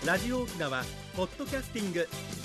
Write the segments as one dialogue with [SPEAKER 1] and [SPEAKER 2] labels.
[SPEAKER 1] ラジオ沖縄ポッドキャスティング。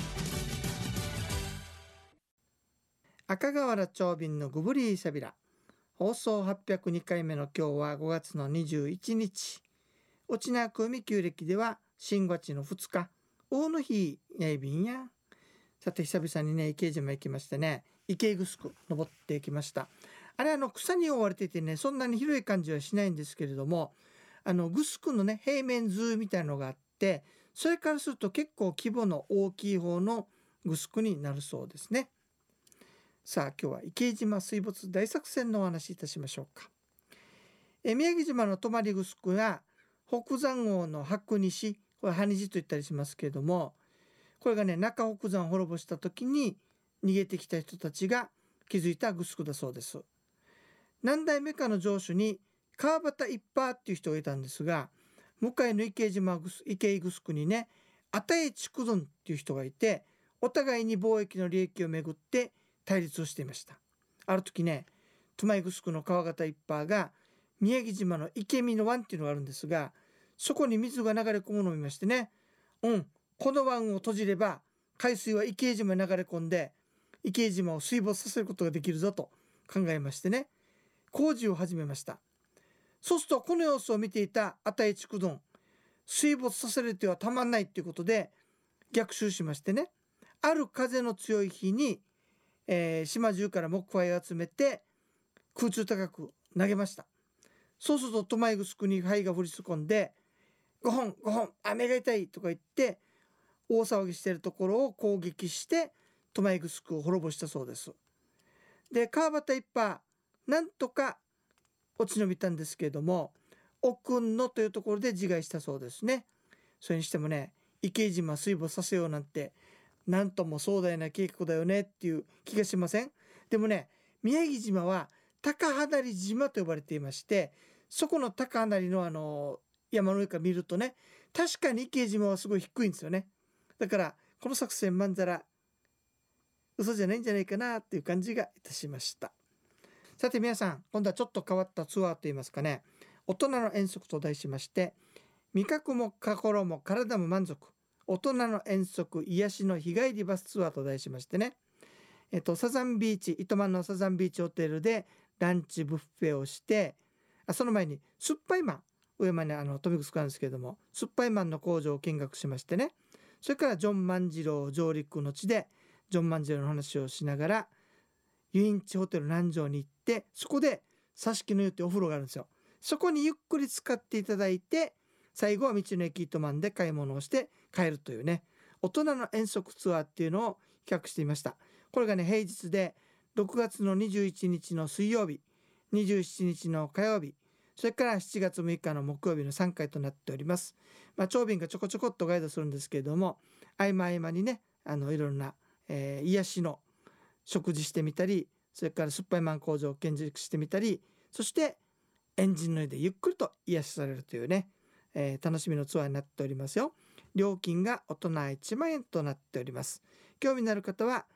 [SPEAKER 2] 赤瓦長瓶のグブリーサビラ、放送802回目の今日は5月の21日、沖縄海旧暦では新月の2日大の日やいびんや。さて久々にね池島行きましてね、池井城登ってきました。あれ草に覆われててね、そんなに広い感じはしないんですけれども、グスクのね平面図みたいなのがあって、それからすると結構規模の大きい方のグスクになるそうですね。さあ今日は池井島水没大作戦のお話しいたしましょうか。宮城島の泊まりグスクや北山王の白西、これ羽地と言ったりしますけれども、これがね中北山を滅ぼした時に逃げてきた人たちが築いたグスクだそうです。何代目かの城主に川端一派っていう人がいたんですが、向かいの池井グスクにね与え筑前っていう人がいて、お互いに貿易の利益をめぐって対立をしていました。ある時ねトマイグスクの川端一派が宮城島の池見の湾っていうのがあるんですが、そこに水が流れ込むのを見ましてね、この湾を閉じれば海水は池井島に流れ込んで池井島を水没させることができるぞと考えましてね、工事を始めました。そうするとこの様子を見ていた与筑前、水没させれてはたまんないということで逆襲しましてね、ある風の強い日に、島中から木灰を集めて空中高く投げました。そうするとトマイグスクに灰が降り込んで、5本雨が痛いとか言って大騒ぎしているところを攻撃してトマイグスクを滅ぼしたそうです。で川端一派なんとか落ち延びたんですけれども、奥野というところで自害したそうですね。それにしてもね池井島水没させようなんてなんとも壮大な計画だよねっていう気がしません？でもね宮城島は高離島と呼ばれていまして、そこの高離の山の上から見るとね、確かに池井島はすごい低いんですよね。だからこの作戦まんざら嘘じゃないんじゃないかなっていう感じがいたしました。さて皆さん、今度はちょっと変わったツアーといいますかね、大人の遠足と題しまして、味覚も心も体も満足、大人の遠足癒しの日帰りバスツアーと題しましてね、サザンビーチ、糸満のサザンビーチホテルでランチブッフェをして、その前に酸っぱいマン、上間に富城なんですけれども、酸っぱいマンの工場を見学しましてね、それからジョン万次郎上陸の地でジョン万次郎の話をしながらユインチホテル南城に行って、そこで挿し木の湯ってお風呂があるんですよ。そこにゆっくり使っていただいて、最後は道の駅糸満で買い物をして帰るというね、大人の遠足ツアーっていうのを企画していました。これがね平日で6月の21日の水曜日、27日の火曜日、それから7月6日の木曜日の3回となっております。長瓶がちょこちょこっとガイドするんですけれども、合間合間にねいろんな、癒しの食事してみたり、それから酸っぱいマン工場を見学してみたり、そしてエンジンの上でゆっくりと癒しされるというね、楽しみのツアーになっておりますよ。料金が大人1万円となっております。興味のある方は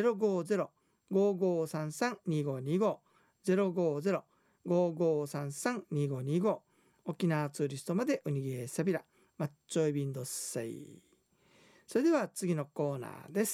[SPEAKER 2] 050-5533-2525 050-5533-2525 沖縄ツーリストまでおにぎりさびらマッチョイビンドッサイ。それでは次のコーナーです。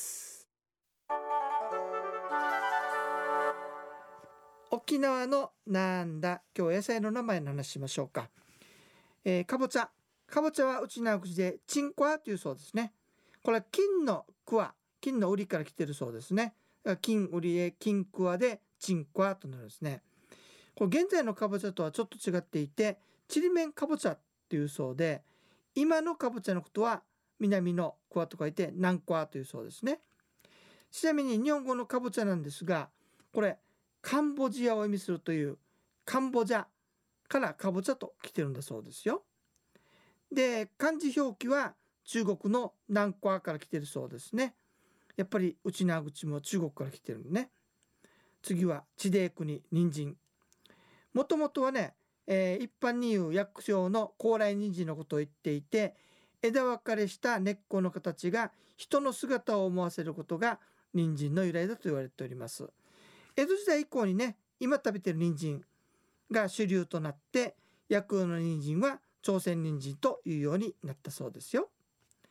[SPEAKER 2] 沖縄のなんだ、今日野菜の名前の話しましょうか。かぼちゃはうちな口でチンクワというそうですね。これは金のクワ、金の売りから来てるそうですね。金売りへ金クワでチンクワとなるんですね。これ現在のかぼちゃとはちょっと違っていて、ちりめんかぼちゃっていうそうで、今のかぼちゃのことは南のクワと書いて南クワというそうですね。ちなみに日本語のかぼちゃなんですが、これカンボジアを意味するというカンボジャからかぼちゃと来てるんだそうですよ。で漢字表記は中国の南瓜から来てるそうですね。やっぱり内縄口も中国から来てるのね。次は地デー国人参。もともとはね、一般に言う薬草の高麗人参のことを言っていて、枝分かれした根っこの形が人の姿を思わせることが人参の由来だと言われております。江戸時代以降にね、今食べてる人参が主流となって、薬用の人参は朝鮮人参というようになったそうですよ。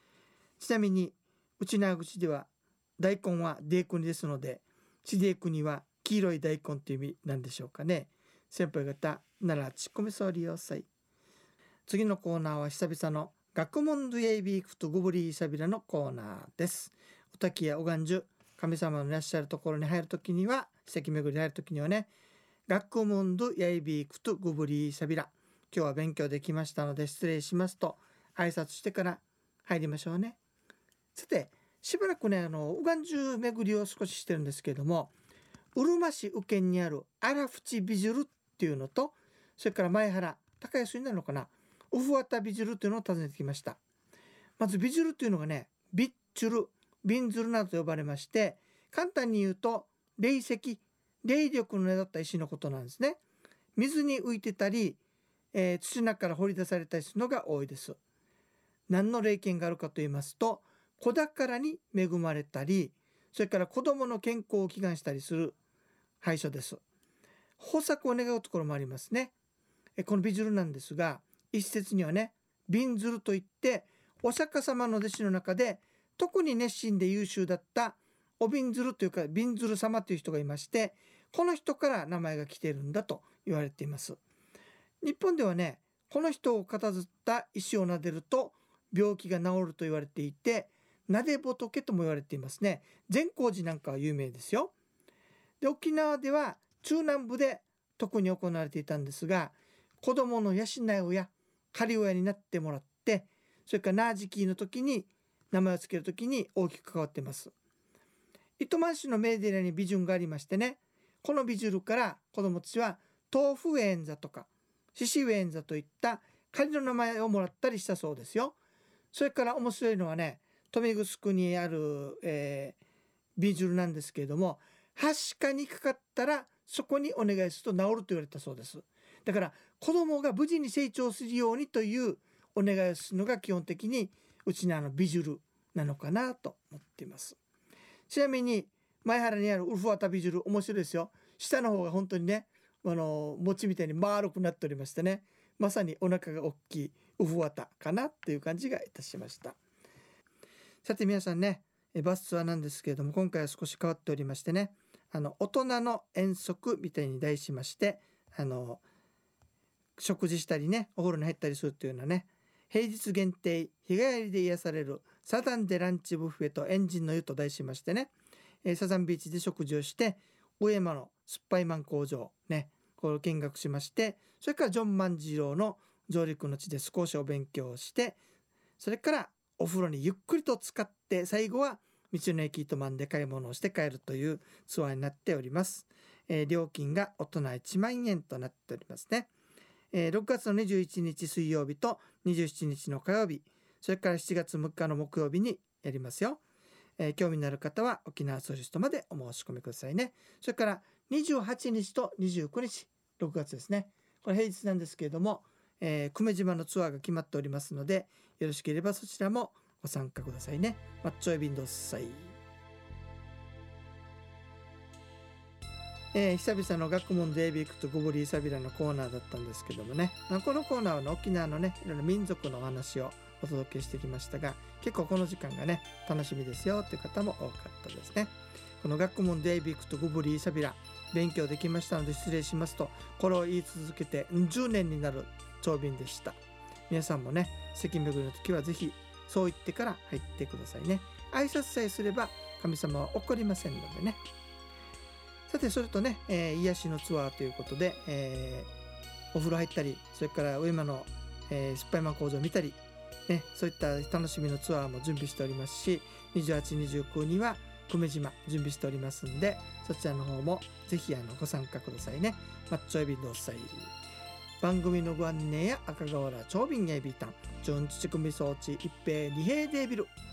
[SPEAKER 2] ちなみに内縄口では大根はデークニですので、地デークニは黄色い大根という意味なんでしょうかね。先輩方奈良ちっこみそう利用祭。次のコーナーは久々の学問ドゥエイビークとゴブリーサビラのコーナーです。お滝やおがんじゅ神様のいらっしゃるところに入るときには、史跡巡りに入るときにはね、学問ドゥエイビークとゴブリーサビラ、今日は勉強できましたので失礼しますと挨拶してから入りましょうね。さてしばらくねおがんじゅ巡りを少ししてるんですけれども、うるま市右県にある荒淵美術っていうのと、それから前原高安になるのかな、ウフワタ美術というのを訪ねてきました。まず美術というのがね、ビッチュルビンズルなどと呼ばれまして、簡単に言うと霊石、霊力の根だった石のことなんですね。水に浮いてたり、土の中から掘り出されたりするのが多いです。何の霊験があるかと言いますと、子宝に恵まれたり、それから子どもの健康を祈願したりする拝所です。豊作を願うところもありますね。このビジュルなんですが、一説にはね、ビンズルといってお釈迦様の弟子の中で特に熱心で優秀だったおびんずるというかビンズル様という人がいまして、この人から名前が来ているんだと言われています。日本ではね、この人をかたずった石を撫でると病気が治ると言われていて、撫で仏とも言われていますね。善光寺なんかは有名ですよ。で、沖縄では中南部で特に行われていたんですが、子供の養い親、仮親になってもらって、それからナージキーの時に名前を付ける時に大きく関わっています。糸満市のメーデラに美順がありましてね、この美術から子供たちは豆腐ウェンザとかシシウェンザといった仮の名前をもらったりしたそうですよ。それから面白いのはね、豊見城にある、美術なんですけれども、はしかにかかったらそこにお願いすると治ると言われたそうです。だから子供が無事に成長するようにというお願いをするのが基本的にうちのビジュルなのかなと思っています。ちなみに前原にあるウルフワタビジュル面白いですよ。下の方が本当にね、餅みたいに丸くなっておりましてね、まさにお腹が大きいウフワタかなという感じがいたしました。さて皆さんね、バスツアーなんですけれども、今回は少し変わっておりましてね、大人の遠足みたいに題しまして、食事したりね、お風呂に入ったりするというようなね、平日限定日帰りで癒されるサザンでランチブッフェとエンジンの湯と題しましてね、サザンビーチで食事をして上山の酸っぱいマン工場ね、これを見学しまして、それからジョン万次郎の上陸の地で少しお勉強をして、それからお風呂にゆっくりと浸かって、最後は道の駅糸満で買い物をして帰るというツアーになっております。料金が大人1万円となっておりますね。6月の21日水曜日と27日の火曜日、それから7月6日の木曜日にやりますよ。興味のある方は沖縄ソリストまでお申し込みくださいね。それから28日と29日6月ですね、これ平日なんですけれども、久米島のツアーが決まっておりますので、よろしければそちらもご参加くださいね。マッチョエビンドッサイ。久々の学問デイビックとゴブリーサビラのコーナーだったんですけどもね、このコーナーは、沖縄のねいろいろ民族のお話をお届けしてきましたが、結構この時間がね楽しみですよという方も多かったですね。この学問デイビックとゴブリーサビラ勉強できましたので失礼しますと、これを言い続けて10年になる長便でした。皆さんもね、関巡りの時はぜひそう言ってから入ってくださいね。挨拶さえすれば神様は怒りませんのでね。さて、それとね、癒しのツアーということで、お風呂入ったり、それから上間の、酸っぱいマン工場を見たり、ね、そういった楽しみのツアーも準備しておりますし、28、29には久米島準備しておりますんで、そちらの方もぜひご参加くださいね。マッチョエビドッサイ。番組のご案内や赤瓦長瓶エビタン、純土組装置一平二平デービル。